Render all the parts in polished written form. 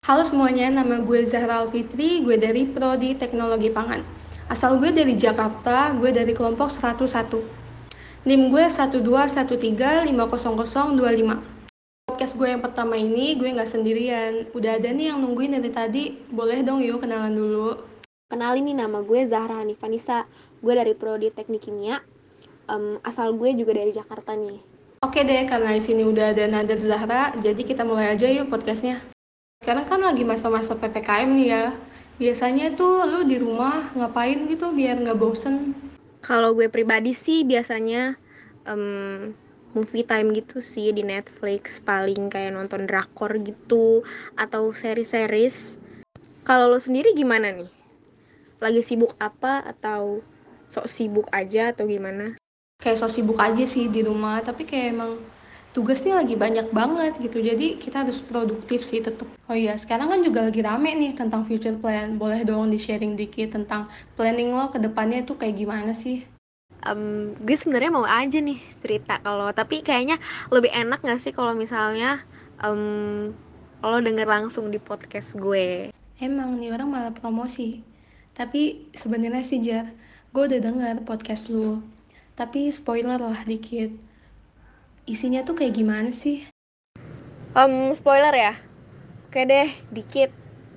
Halo semuanya, nama gue Zahra Alfitri, gue dari Prodi Teknologi Pangan. Asal gue dari Jakarta, gue dari kelompok 101. NIM gue 121350025. Podcast gue yang pertama ini, gue nggak sendirian. Udah ada nih yang nungguin dari tadi, boleh dong yuk kenalan dulu. Kenalin nih, nama gue Zahra Hanifanisa. Gue dari Prodi Teknik Kimia. Asal gue juga dari Jakarta nih. Oke deh, karena di sini udah ada Nadat Zahra, jadi kita mulai aja yuk podcastnya. Sekarang kan lagi masa-masa PPKM nih ya. Biasanya tuh lu di rumah ngapain gitu biar nggak bosen? Kalau gue pribadi sih biasanya movie time gitu sih di Netflix. Paling kayak nonton drakor gitu atau series-series. Kalau lo sendiri gimana nih? Lagi sibuk apa atau sok sibuk aja atau gimana? Kayak so sibuk aja sih di rumah, tapi kayak emang tugasnya lagi banyak banget gitu, jadi kita harus produktif sih tetap. Oh iya, sekarang kan juga lagi rame nih tentang future plan. Boleh dong di sharing dikit tentang planning lo ke depannya tuh kayak gimana sih? Gue sebenarnya mau aja nih cerita kalau, tapi kayaknya lebih enak nggak sih kalau misalnya lo denger langsung di podcast gue. Emang nih orang malah promosi, tapi sebenarnya sih Jar, gue udah denger podcast lu, tapi spoiler lah dikit, isinya tuh kayak gimana sih? Spoiler ya, oke deh dikit.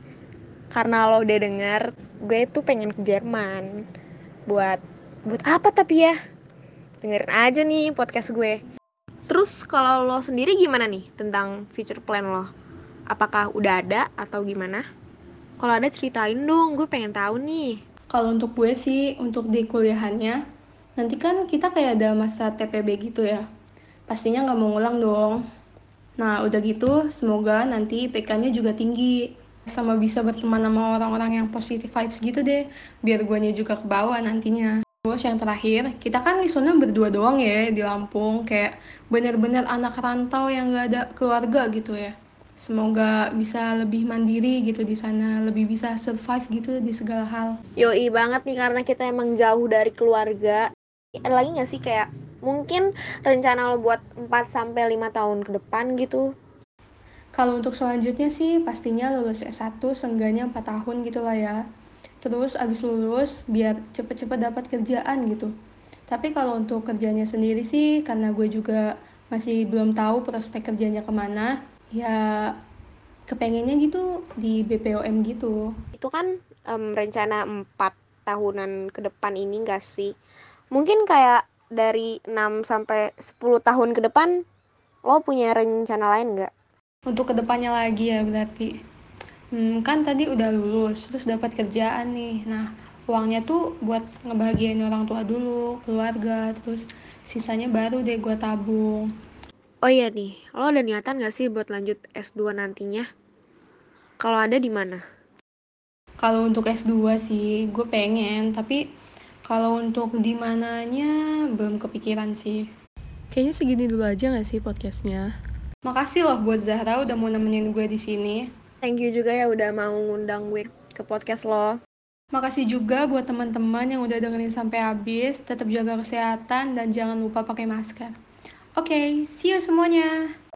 Karena lo udah denger, gue tuh pengen ke Jerman. Buat apa tapi ya? Dengerin aja nih podcast gue. Terus kalau lo sendiri gimana nih tentang future plan lo? Apakah udah ada atau gimana? Kalau ada ceritain dong, gue pengen tahu nih. Kalau untuk gue sih, untuk di kuliahannya, nanti kan kita kayak ada masa TPB gitu ya. Pastinya nggak mau ngulang dong. Nah, udah gitu, semoga nanti PK-nya juga tinggi. Sama bisa berteman sama orang-orang yang positive vibes gitu deh. Biar guanya juga ke bawah nantinya. Terus yang terakhir, kita kan di sana berdua doang ya di Lampung. Kayak bener-bener anak rantau yang nggak ada keluarga gitu ya. Semoga bisa lebih mandiri gitu di sana, lebih bisa survive gitu di segala hal. Yoi banget nih, karena kita emang jauh dari keluarga. Ada lagi gak sih kayak mungkin rencana lo buat 4 sampai 5 tahun ke depan gitu? Kalau untuk selanjutnya sih pastinya lulus S1 seenggaknya 4 tahun gitu lah ya. Terus abis lulus biar cepet-cepet dapat kerjaan gitu. Tapi kalau untuk kerjanya sendiri sih karena gue juga masih belum tahu prospek kerjanya kemana, ya kepengennya gitu di BPOM gitu. Itu kan rencana 4 tahunan ke depan ini gak sih? Mungkin kayak dari 6 sampai 10 tahun ke depan lo punya rencana lain gak? Untuk kedepannya lagi ya berarti. Kan tadi udah lulus, terus dapat kerjaan nih. Nah, uangnya tuh buat ngebahagiain orang tua dulu, keluarga, terus sisanya baru deh gue tabung. Oh iya nih, lo ada niatan gak sih buat lanjut S2 nantinya? Kalau ada di mana? Kalau untuk S2 sih, gue pengen, tapi kalau untuk di mananya belum kepikiran sih. Kayaknya segini dulu aja gak sih podcastnya? Makasih loh buat Zahra udah mau nemenin gue di sini. Thank you juga ya udah mau ngundang gue ke podcast lo. Makasih juga buat teman-teman yang udah dengerin sampai habis. Tetap jaga kesehatan dan jangan lupa pakai masker. Oke, see you semuanya.